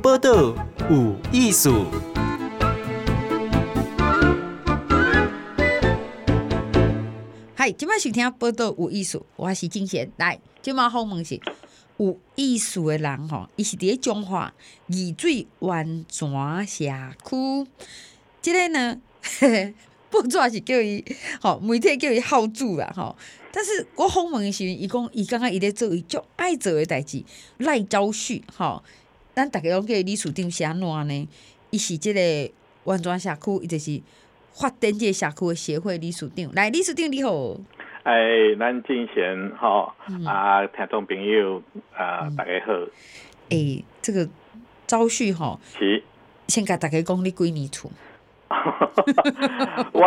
报道有艺术。 嗨，今摆收听报道有艺术，我是金贤。来，今摆访问是有艺术的人吼，伊是伫咧中华二水湾泉社区。即个呢，报纸是叫伊吼，媒体叫伊号主啦吼。但是我访问的时候，伊讲伊感觉伊咧做伊足爱做的代志，赖昭旭吼，咱大家拢叫伊理事长是安怎呢？伊是即个湾泉社区，伊就是发展即个社区的协会理事长。来，理事长你好。 咱进贤吼听众朋友大家好。 这个昭旭吼， 是先甲大家讲你几年厝？ 我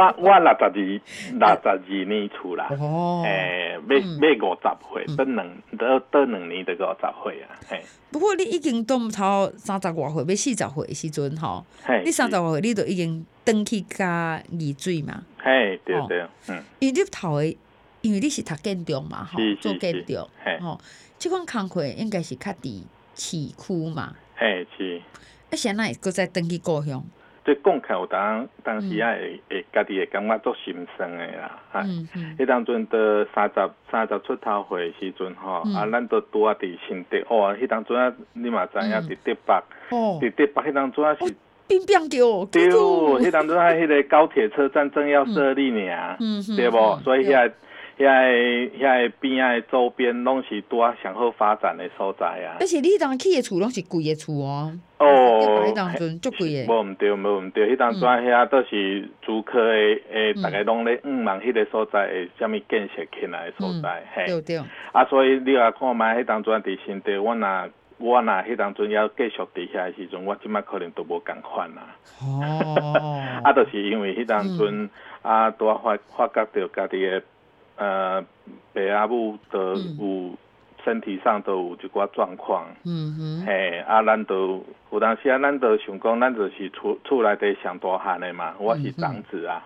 62年厝啦。 哦， 要50岁，倒2年就50岁啊。 不过你已经到头30外岁，要40岁的时阵吼，你30外岁你就已经转去甲二水嘛。 对对， 因为你头的。因为你是读建筑嘛，吼，做建筑，吼，即款工课应该是较伫市区嘛， 是。 现在会再转去故乡。 这讲起来有当时会家己会感觉足心酸的啦，迄当阵到30出头岁时阵吼，咱都拄啊伫新竹，迄当阵你嘛知影伫竹北，迄当阵是。 冰冰叫， 对，迄当阵迄个高铁车站正要设立呢，对无？所以遐边仔周边拢是拄啊上好发展的所在啊。 而且你迄当起的厝拢是贵的厝哦。迄当阵足贵的。 无毋对，迄当阵遐都是竹科的，大家拢咧忙迄个所在的什么建设起来的所在， 对。 所以你来看卖，迄当阵伫新竹，我若迄当阵要继续伫遐的时阵，我即摆可能都无共款啦。就是因为迄当阵拄啊发觉到家己的爸阿母都有身体上都有一寡状况。咱都有当时咱都想讲，咱就是厝内底上大汉的嘛，我是长子啊。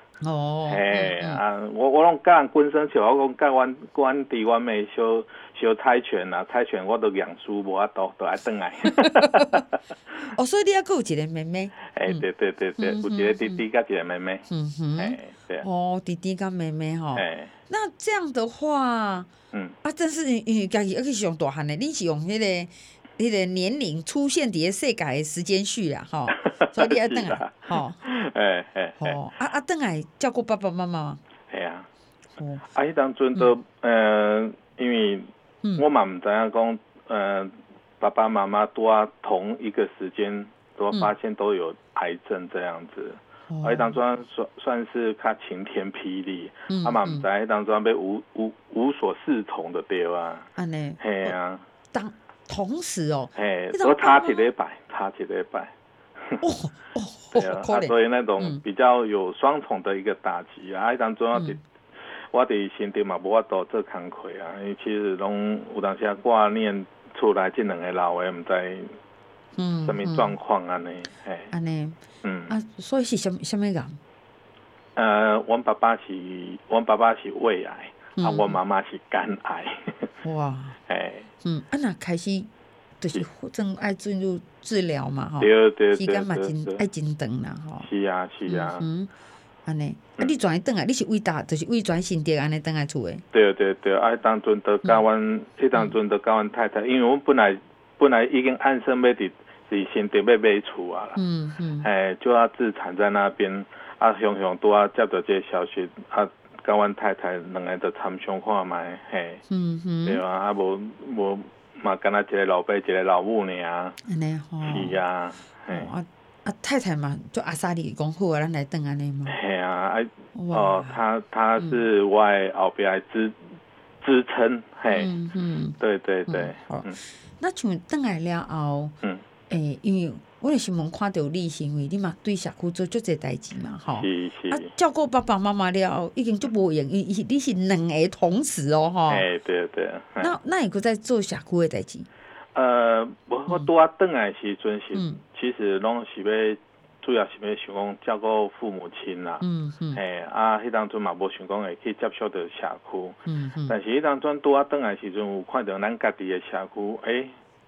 我拢甲人滚生笑，我讲甲阮伫阮妹小猜拳啦，猜拳我都养输无法度，都爱转来。 所以你还佫有一个妹妹？ 对，有一个弟弟甲一个妹妹。对。 弟弟甲妹妹吼。那这样的话，真是因为家己而且是用大汉的，你是用迄个年龄出现伫个世界的时间序啦，吼，所以你要转来，吼。转来照顾爸爸妈妈。 迄当阵都因为我嘛唔知影讲爸爸妈妈拄啊同一个时间都发现都有癌症这样子。迄当阵算是较晴天霹雳，嘛唔知迄当阵要无所适从的对啊。 安尼。同时都差一礼拜。所以那种比较有双重的一个打击啊。迄当阵我伫新竹嘛无法度做工课啊，因为其实拢有当时挂念厝内这两个老的，唔知什么状况安尼。 安尼。所以是什么人？ 阮爸爸是胃癌，我妈妈是肝癌。 哇。那开始就是正爱进入治疗嘛，吼。 对。 时间嘛爱真长啦，吼。 是啊。 安尼，你转来转来，你是为就是为转新竹安尼转来厝的。 对，当阵都甲阮太太，因为我本来已经暗生要伫新竹要买厝啊啦。就要自产在那边，雄拄啊接到这个消息，甲阮太太两个就参详看卖，对啊，无嘛，敢若一个老爸一个老母尔。 安尼吼。 是啊。 太太嘛，就阿莎莉讲好啊，咱来转安尼嘛。 他是我的后壁的支撑，对。 那像转来了后，因为我的新闻看到你，是因为你嘛对社区做足侪代志嘛，吼。 是。 照顾爸爸妈妈了，已经足无用，因为你是两个同时吼。 对。 那会搁在做社区的代志？ 我拄啊转来时阵是，其实拢是要主要是要想讲照顾父母亲啦。迄当阵嘛无想讲会去接触到社区。但是迄当阵拄啊转来时阵，有看到咱家己的社区，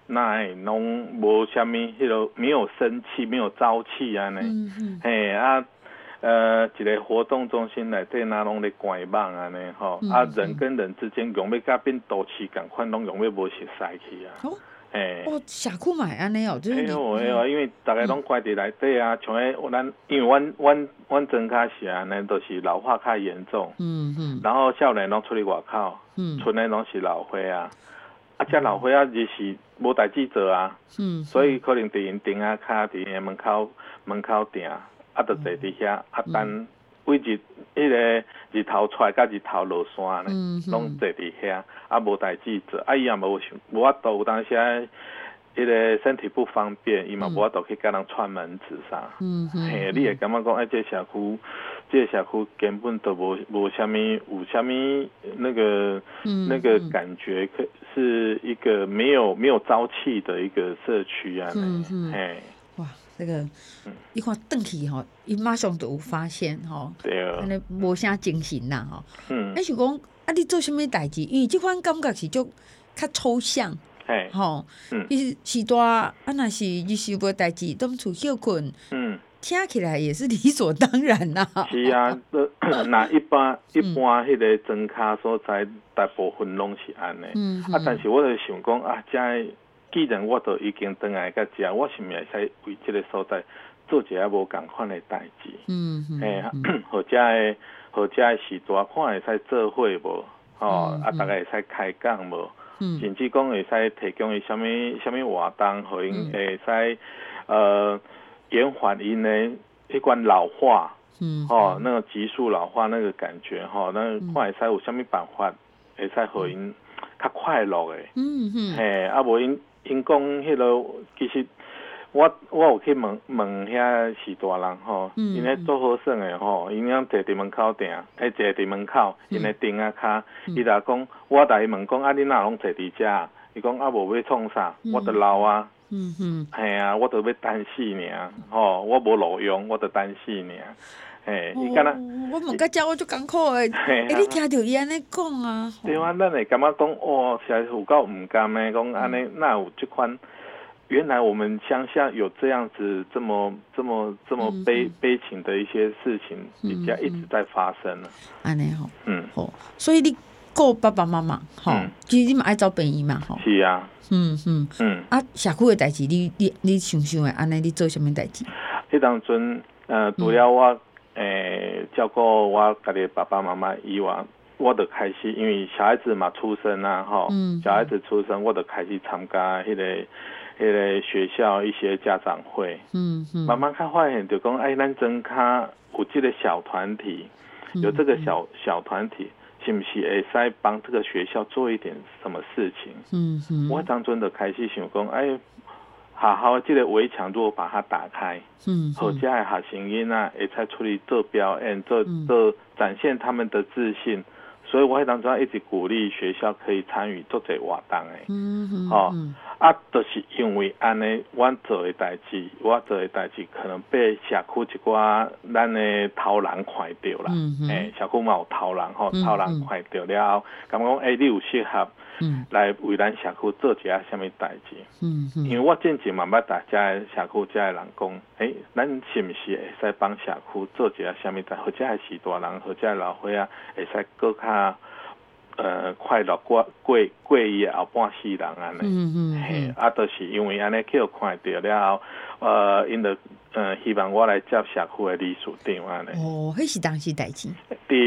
那拢无虾米迄个没有生气，没有朝气安尼。嘿啊。一个活动中心内底那拢咧观望安尼吼，人跟人之间用要甲变都市共款，拢用要无熟悉去啊。 社区嘛安尼哦，就是因为大家拢关伫内底啊，像咱因为阮庄卡是安尼，都是老化较严重。然后少年拢出去外口，村内拢是老伙啊。遮老伙啊，就是无代志做啊。所以可能伫因顶啊卡伫因门口埕。就坐伫遐，等为迄个日头出来，甲日头落山呢，拢坐伫遐，无代志做，伊也无法度，有当时迄个身体不方便，伊嘛无法度去甲人串门子啥。嘿，你会感觉讲，这社区根本都无虾米，有虾米那个感觉，是一个没有朝气的一个社区啊。嘿。 这个，伊看转去吼，伊马上就有发现吼，安尼无啥精神啦吼。是讲你做啥物代志？因为即款感觉是足较抽象，吼。伊是大若是日时无代志，踮厝休困，听起来也是理所当然啦。 是啊，那一般迄个庄卡所在，大部分拢是安尼。但是我就想讲遮。既然我都已经回来到遮，我是毋是会使为这个所在做一下无共款的代志？或者的时段看会使做伙无？大家会使开讲无？甚至讲会使提供伊什么活动，互因会使延缓因的迄款老化，那个急速老化那个感觉，那看会使有什么办法会使互因较快乐的？无因讲迄个，其实我有去问遐是大人因咧做好耍的因咧坐伫门口埕，坐伫门口，因咧顶啊骹，伊就讲，我甲伊问讲，你哪拢坐伫遮？伊讲无要创啥，我就老啊，我就要单死尔，我无路用，我就单死尔。伊敢若我问到遮我就艰苦诶，你听到伊安尼讲啊？ 对啊，咱会感觉讲实在有够唔甘诶，讲安尼哪有这款？原来我们乡下有这样子这么悲情的一些事情，底下一直在发生了。 安尼所以你顾爸爸妈妈其实你嘛爱找病医嘛是啊。 社区诶代志，你想诶，安尼你做啥物代志？ 迄当阵除了我照顾我家己爸爸妈妈以外，我就开始因为小孩子嘛出生啊，小孩子出生，我就开始参加迄个学校一些家长会，慢慢较发现就讲，咱庄卡有这个小团体，有这个小团体，是不是会使帮这个学校做一点什么事情？我当阵就开始想讲，好这个围墙如果把它打开，好这些学生囡仔会使出去做表演，做展现他们的自信。所以我当中一直鼓励学校可以参与做这活动的，就是因为安尼，我做的代志可能被社区一寡咱的头人看到啦，社区嘛有头人头人看到了后，感觉讲你有适合来为咱社区做一下什么代志，因为我之前嘛捌大家社区遮的人讲，咱是不是会使帮社区做一下什么代志，或者是大人，或者老伙仔会使更较快乐过伊后半世人安尼，就是因为安尼去看到了后，因就希望我来接社区的理事长安尼。 迄是当时代志。 第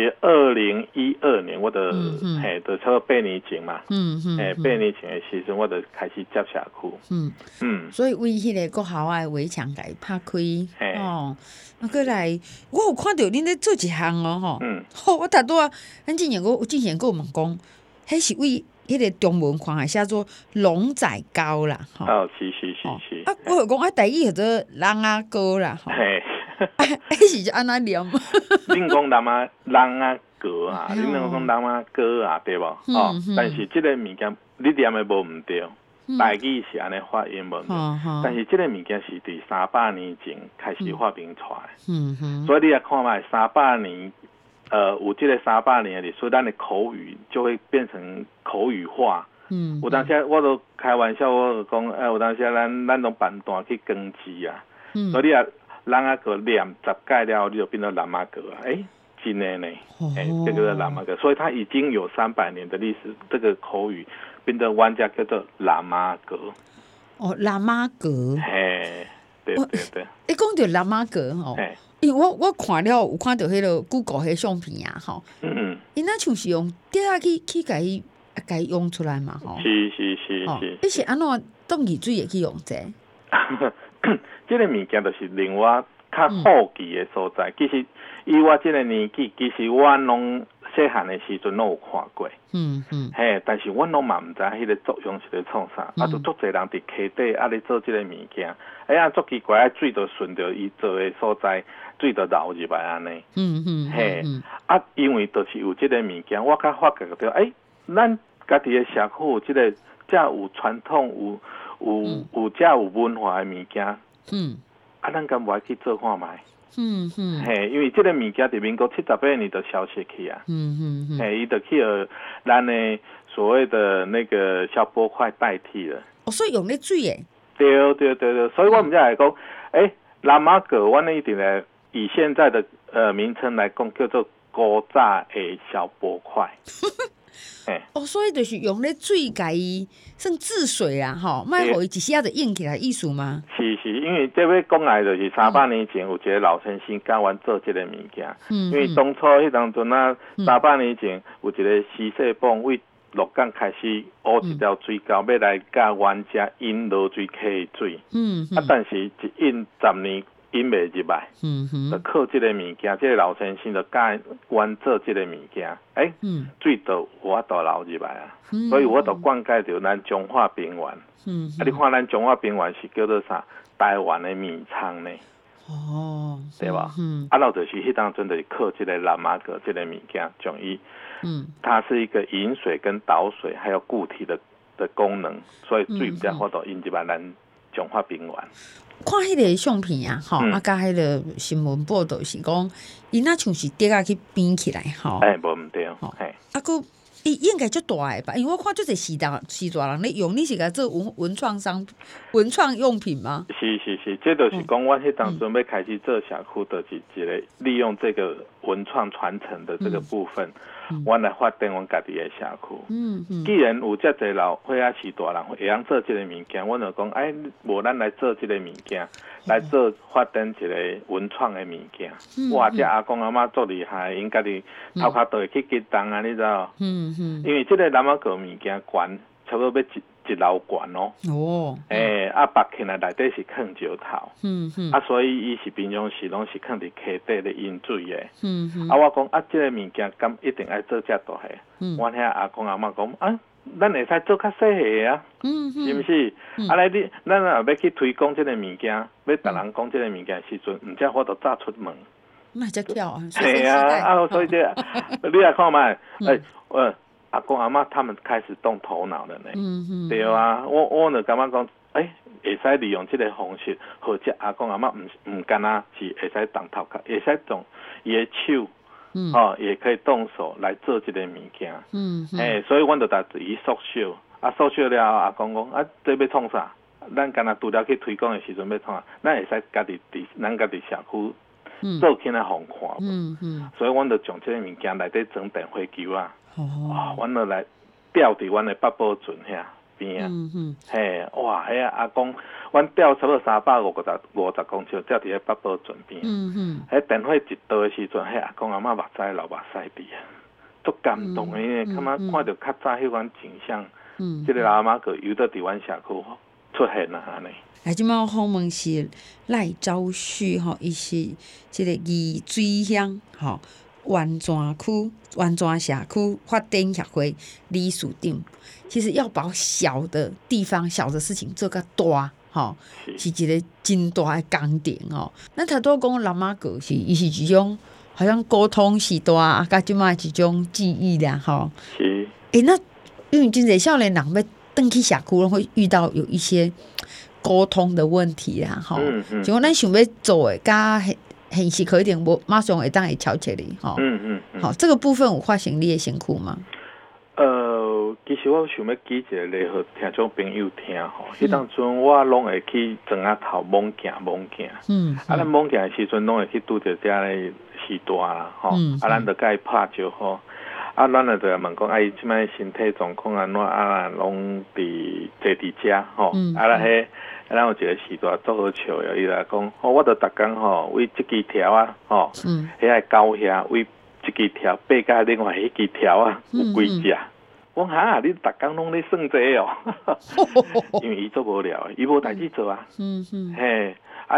2012年，我就就差不多8年前嘛，8年前的时阵，我就开始接社区。 所以为迄个国校的围墙来拍开，过来，我有看到恁咧做一项我头拄咱之前有问讲，迄是为迄个中文看写做龙仔糕啦， 是。 我有讲台语叫做人仔糕啦，迄是安怎念？ 恁讲人仔糕啊，恁讲人仔糕啊，对无？但是这个物件你念的无唔对。台语是安尼发音无，但是这个物件是伫300年前开始发明出来，所以你来看卖300年，有这个300年的历史，咱的口语就会变成口语化， 有当时我都开玩笑，我就讲，有当时咱拢办单去耕织啊，所以你啊，人啊个念10届了，你就变成喇嘛格啊，真的呢，这个喇嘛格，所以它已经有300年的历史，这个口语变成玩家叫做喇嘛格。 喇嘛格。 对。 你讲到喇嘛格因为我看了有看到迄个 Google 迄相片啊，因那像是用底下去给用出来嘛， 是。 你是安怎当易水会去用这？ 这个物件就是令我较好奇的所在。其实以我这个年纪，其实我拢细汉的时阵拢有看过。但是我拢嘛唔知迄个作用是咧创啥，就足侪人伫溪底咧做这个物件，足奇怪，水就顺着伊做的所在。水就流入来安尼，因为就是有这个物件，我较发觉到，咱家己的社区有这个这有传统、有这有文化的物件，咱敢无爱去做看卖？因为这个物件伫民国78年就消失去啊，伊就去咱的所谓的那个消波块代替了。 所以用咧水诶。 对，所以我们才来讲，喇嘛格，我们一定来。以现在的名称来讲，叫做古早的小波块。 所以就是用咧水甲伊算治水啊，莫互伊一下就硬起来意思吗？ 是，因为这要讲来就是300年前有一个老先生教阮做这个物件。因为当初迄当阵啊，300年前有一个西势泵为鹿港开始挖一条水沟，要来教阮遮引落水溪的水。但是一引10年。引袂入来，就靠这个物件，这个老先生就教阮做这个物件，水就有法度流入来啊，所以有法度灌溉着咱中华平原。你看咱中华平原是叫做啥？台湾的米仓呢？对吧？老就是迄当阵就是靠这个喇嘛格这个物件，将伊，它是一个引水跟导水还有固体的功能，所以水才法度引入来咱中华平原。 看迄个相片啊，甲迄个新闻报道是讲，伊那像是底下去编起来， 无毋对， 佮伊应该足大诶吧？因为我看就是时大人咧用，你是甲做文创用品吗？ 是，这就是讲，我迄当阵要开始做社区，就是一个利用这个文创传承的这个部分，我来发展阮家己的社区。既然有遮侪老伙仔是大人会晓做这个物件，我就讲，无咱来做这个物件，来做发展一个文创的物件。哇，这阿公阿嬷足厉害，因家己头壳都会去激动啊，你知道？因为这个喇嘛格物件悬，差不多要一楼悬哦。拔起来内底是藏石头。所以伊是平常时拢是藏伫溪底咧引水的。我讲这个物件敢一定爱做遮大个。我遐阿公阿嬷讲咱会使做较细个啊，是不是？来咱若要去推广这个物件，要别人讲这个物件时阵，毋才法度早出门。 那才巧啊！ 所以这你来看嘛，阿公阿嬷他们开始动头脑了呢。对啊，我就感觉讲，会使利用这个方式，或者阿公阿嬷唔干啊，是会使动头壳，会使动伊的手，也可以动手来做这个物件。所以阮就带伊缩小，缩小了阿公讲，这要创啥？咱干那除了去推广的时阵要创啥？咱会使家己咱家己社区。做起来互看，所以阮就将这个物件内底装电火球啊，阮就来吊伫阮的八宝船遐边啊，哇，阿公，阮吊差不多350公尺，吊伫迄八宝船边，电火一倒的时阵，阿公阿嬷目屎流伫啊，足感动的，因为看到较早迄款景象，这个喇嘛个游到伫阮社区出现啊安尼。 即摆访问是赖昭旭伊是这个宜水乡湾泉区湾泉社区发展协会理事长。其实要把小的地方、小的事情做较大，是一个真大的工程哦。咱头拄讲喇嘛格是，伊是一种好像沟通时代啊，甲即摆一种记忆啦， 是。 那因为真侪少年人要登去社区，会遇到有一些沟通的问题啦，结果咱想要做的，甲现实可一点，我马上会当会巧起来，这个部分有发生你的辛苦吗？ 其实实我想要举一个例，互听众朋友听吼。迄当阵我拢会去庄仔头猛行。咱猛行的时阵，拢会去拄着遮个时大啦，吼。咱就甲伊拍招呼。咱就问讲，伊即摆身体状况安怎？拢坐伫遮吼。咱有一个时段做好笑的，伊来讲，我着逐工吼，为即支条啊，吼，遐个狗遐为一支条爬到另外迄支条啊，有几只？我讲哈，你逐工拢咧算这哦，因为伊做无聊，伊无代志做啊。嘿，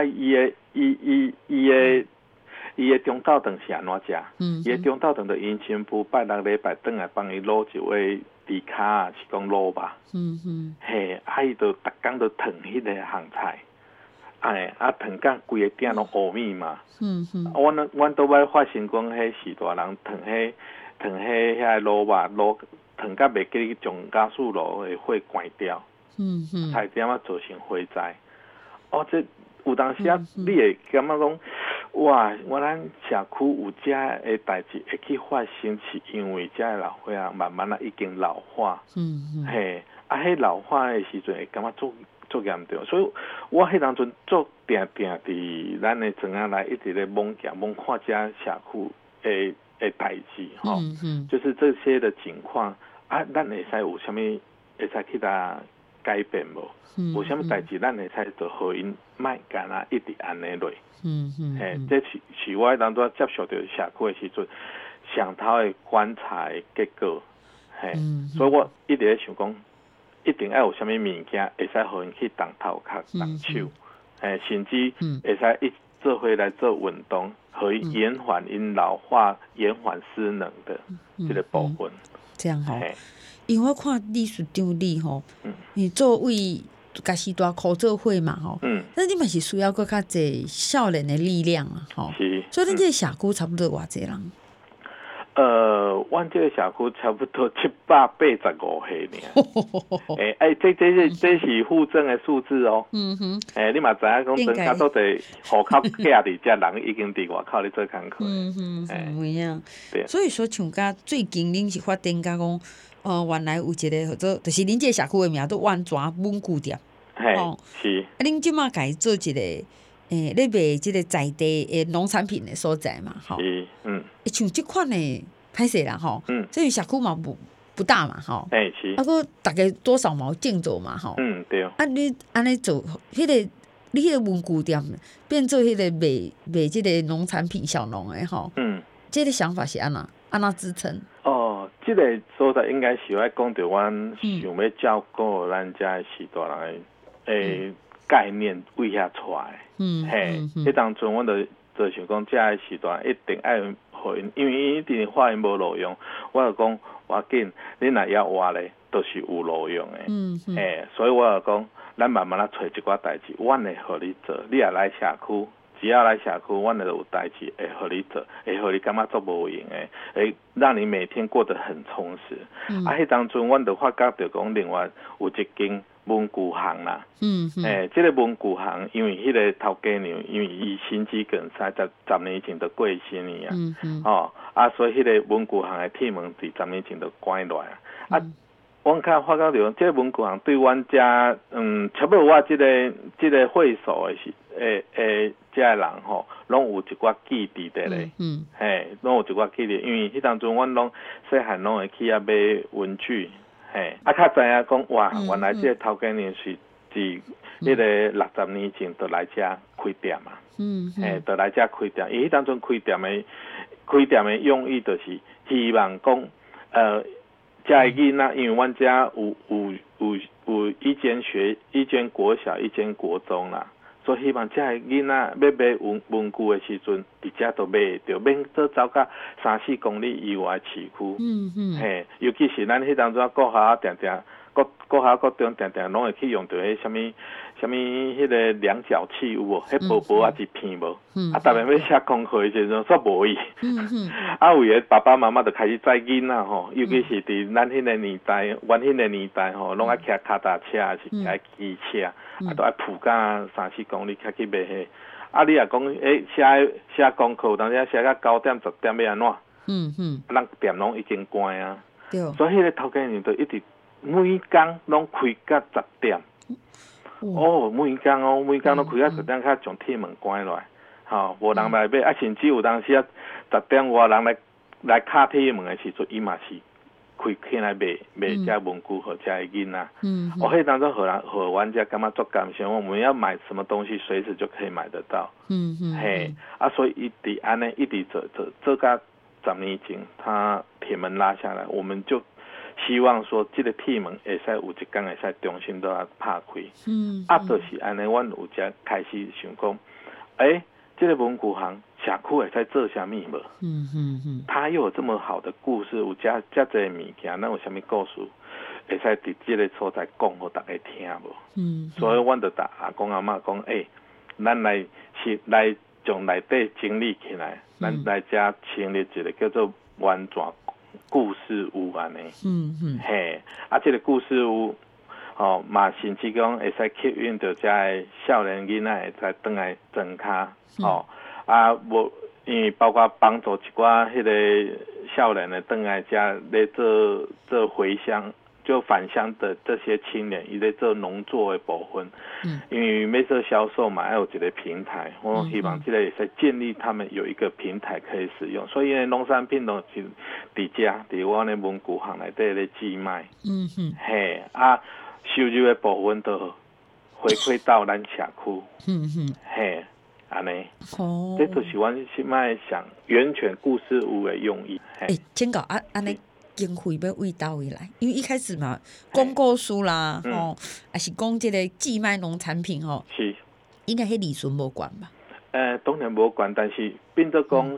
伊的中昼顿是安怎食？伊的中昼顿就因新妇拜六礼拜转来帮伊卤一碗猪脚啊，是讲卤吧。嘿，伊就逐工就烫迄个项菜，烫到规个鼎拢乌米嘛。阮都要发生讲，迄是大人烫遐卤肉烫到袂记将加速炉的火关掉。才点啊造成火灾。这有当时你会感觉讲，哇，咱社区有遮的代志会去发生，是因为遮的老伙仔慢慢已经老化。嘿，迄老化的时阵会感觉足严重，所以我迄当阵足定伫咱的庄仔内一直咧猛看遮社区的代志吼，就是这些的情况咱会使有啥物会使去甲改变无？有啥物代志咱会使就互因莫干啊一直安尼落。嘿，这是我当初接触到社区的时阵上头的观察的结果。嘿，所以我一直咧想讲，一定要有啥物物件会使互因去动头壳、动手，甚至会使一做伙来做运动，可以延缓因老化、延缓失能的这个部分。 这样吼，因为我看理事长你吼，你作为家己大苦做伙嘛吼，但你嘛是需要搁较济少年的力量啊吼。是，所以恁这个社区差不多偌济人？ 阮这个社区差不多785岁尔。这是户政的数字哦。你嘛知影讲，增加多侪户口寄伫遮人已经伫外口咧做工课。 有影。所以说，像甲最近恁是发展甲讲，原来有一个叫做，就是恁这个社区的名叫万泉文具店。 是。 恁即马家做一个。咧卖即个在地的农产品的所在嘛，吼，像即款的歹势啦，吼，这社区嘛不大嘛，吼， 是， 个大概多少毛建筑嘛，吼， 对。 你安尼做，迄个你迄个文具店变做迄个卖即个农产品小农的吼，这个想法是安怎支撑？ 这个所在应该是要讲到阮想要照顾咱遮的时代人的概念为遐出来。迄当阵我就想讲，遮个时段一定爱互因，因为伊一定发现无路用，我就讲要紧，你若要活咧，都是有路用的。所以我就讲，咱慢慢啊找一寡代志，阮会互你做。你也来社区，只要来社区，阮就有代志会互你做，会互你感觉做无用的，会让你每天过得很充实。迄当阵阮就发觉着讲，另外有一间文具行啦，这个文具行，因为迄个头家娘，因为伊心肌梗塞，10年前就过身了所以迄个文具行的铁门伫10年前就关落来阮较发觉着，这个文具行对阮遮，差不多我这个会所的是，遮个人吼，拢有一寡记忆在咧，拢有一寡记忆，因为迄当阵阮拢细汉拢会去买文具。较知影讲哇，原来这个头家娘是迄个60年前就来遮开店嘛，就来遮开店。伊迄当阵开店的用意就是希望讲，遮个囡仔，因为阮遮有一间国小，一间国中啦。所以希望遮个囡仔要买文具的时阵，伫遮都买会到，免做走到3-4公里以外市区。尤其是咱迄当阵国校定国校国中定拢会去用到迄什么迄个量角器有无？迄薄薄一片无？特别要写功课的时阵煞无伊。有诶爸爸妈妈就开始载囡仔吼，尤其是伫咱迄个年代，阮迄个年代吼，拢爱骑脚踏车，是爱骑车，都爱铺到3-4公里去买迄。你也讲写功课，当时写到9点10点要安怎？咱店拢已经关啊。所以迄个头家娘就一直每工拢开到10点。每工拢开到10点，才将铁门关落来，无人来买。甚至有当时10点外人来敲铁门的时阵，伊嘛是开起来卖这文具和这囡仔。迄当中和玩家感觉足感谢，我们要买什么东西，随时就可以买得到。所以一直安尼一直做到10年前，他铁门拉下来，我们就希望说，这个铁门会使有一天会使重新都要拍开。就是安尼，阮有才开始想讲，这个文具行社区会使做啥物无？他又有这么好的故事，有遮侪物件，咱有啥物故事会使伫这个所在讲互大家听无？所以阮就甲阿公阿嬷讲，咱来将内底整理起来，咱来遮成立一个叫做玩转故事屋安尼。这个故事屋嘛，甚至讲会使吸引到遮个少年囡仔会使转来庄骹。因为包括帮助一寡迄个少年的转来遮咧做回乡。就返乡的这些青年，伊在做农作的部分，因为要做销售嘛，要有一个平台。我希望这个也是建立他们有一个平台可以使用，所以农产品都是伫我的文具行内底咧寄卖。收入的部分都回馈到咱社区。安尼，这就是阮现在想源泉故事屋的用意。 请教安尼。经费要为倒位来，因为一开始嘛，广告书啦，还是讲这个寄卖农产品是应该迄利润无关吧？ 当然无关，但是变做讲，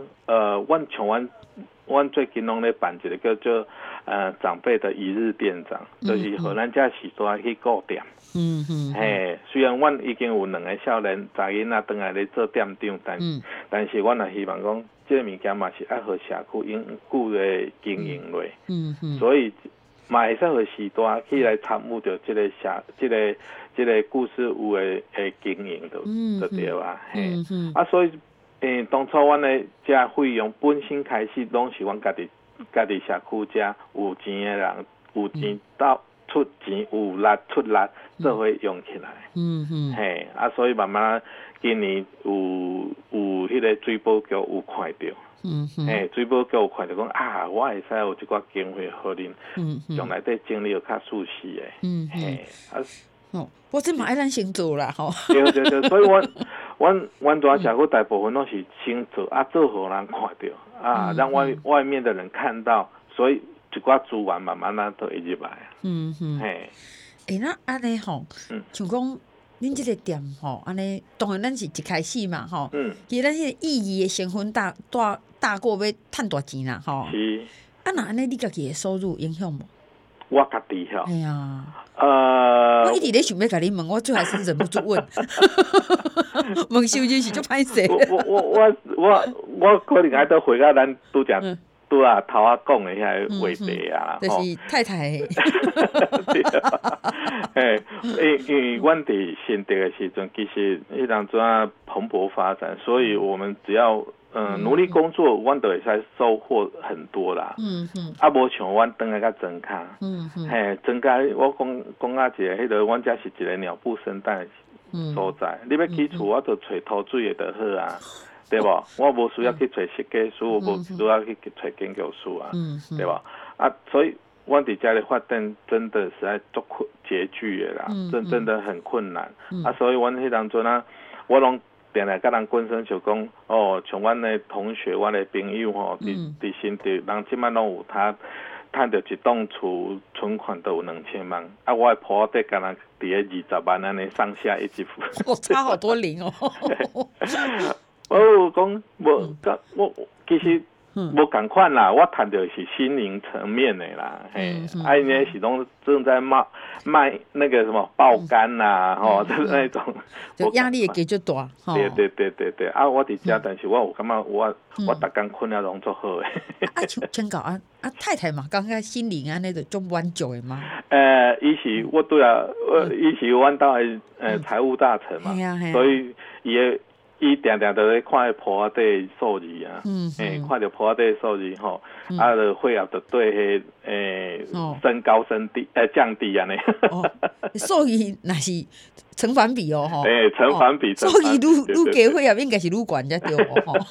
阮最近拢咧办一个叫做长辈的一日店长，就是互咱遮时代去顾店。虽然阮已经有2个少年查囡仔转来咧做店长，但是阮也希望讲。这个物件嘛是爱互社区永久的经营落，所以嘛会使互时代去来参与到这个故事屋的经营就对啊。所以当初阮的这费用本身开始拢是阮家己社区这有钱的人，有钱到出钱，有力出力，做伙用起来。所以慢慢今年有迄个水保局有看到，水保局有看到讲我会使有一寡经费互恁，将内底整理有较舒适的。 我这嘛爱咱先做啦， 对，所以阮大社区大部分拢是先做，做互人看到，让外面的人看到，所以一寡资源慢慢都会入来。 那安尼像讲。恁这个店安尼当然咱是一开始嘛其实咱迄个意义的成分大过要赚大钱啦是。 那安尼你家己的收入影响无？ 我家己我一直咧想要甲你问，我最还是忍不住问。问收入是足歹势。 我可能爱都回到咱拄讲。头仔讲的遐话题啊， 就是太太。 因为阮伫新竹的时阵，其实迄当阵蓬勃发展，所以我们只要努力工作，阮都会使收获很多啦。无像阮转来较庄骹。庄骹我讲一个，迄个阮遮是一个鸟不生蛋的所在，你要起厝，我就找土水的就好啊。对吧？我无需要去找设计师，我无需要去找建筑师啊，对吧？所以阮伫遮的发展真的实在足拮据的啦，真的很困难。所以阮迄当阵我拢定来甲人滚声就讲，像阮的同学、阮的朋友伫新竹，人即摆拢有赚到一栋厝，存款都有2000万。我的铺底敢若伫咧20万安尼上下一直付。 差好多零哦。 我讲我其实无共款啦，我谈的是心灵层面的啦，因为是拢正在卖那个什么爆肝啦，就是那种， 就压力会加足大， 对，我伫遮，但是我有感觉我逐工困了拢足好的。 请教太太嘛，感觉心灵安尼就足满足的嘛。 伊是我对啊，伊是阮兜的财务大臣嘛，所以伊伊定定都咧看迄簿仔底数字啊，看着簿仔底数字吼，啊，就血压就对升高升低，降低安尼。 所以那是成反比哦，吼。 成反比。 所以愈加血压应该是愈悬才对哦，吼。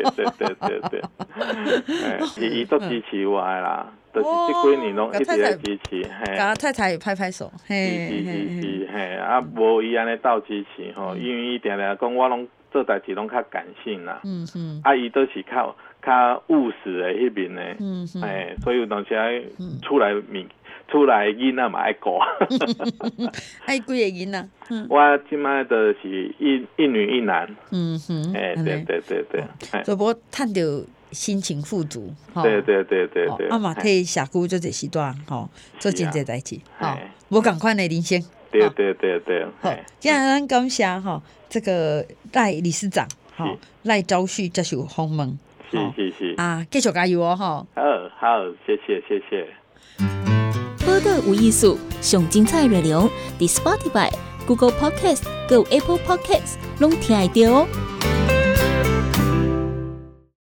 对，伊都支持我的啦。就是这几年拢一直在支持， 甲太太拍拍手， 是，啊，无伊安尼斗支持吼，因为伊定定讲我拢做代志拢较感性啦，啊，伊都是较务实的迄面的，所以有当时出来囡仔嘛爱顾， 爱几个囡仔？ 我即摆就是一女一男，对， 所以无趁到心情富足， 对， 啊嘛替社区做一时段，做真侪代志，无共款的人生， 对， 好，今日咱感谢这个赖理事长，赖昭旭接受访问， 是啊，继续加油哦， 好，谢谢。 报道有艺术，上精彩内容，伫 Spotify、Google Podcast、有 Apple Podcast 拢听得到哦。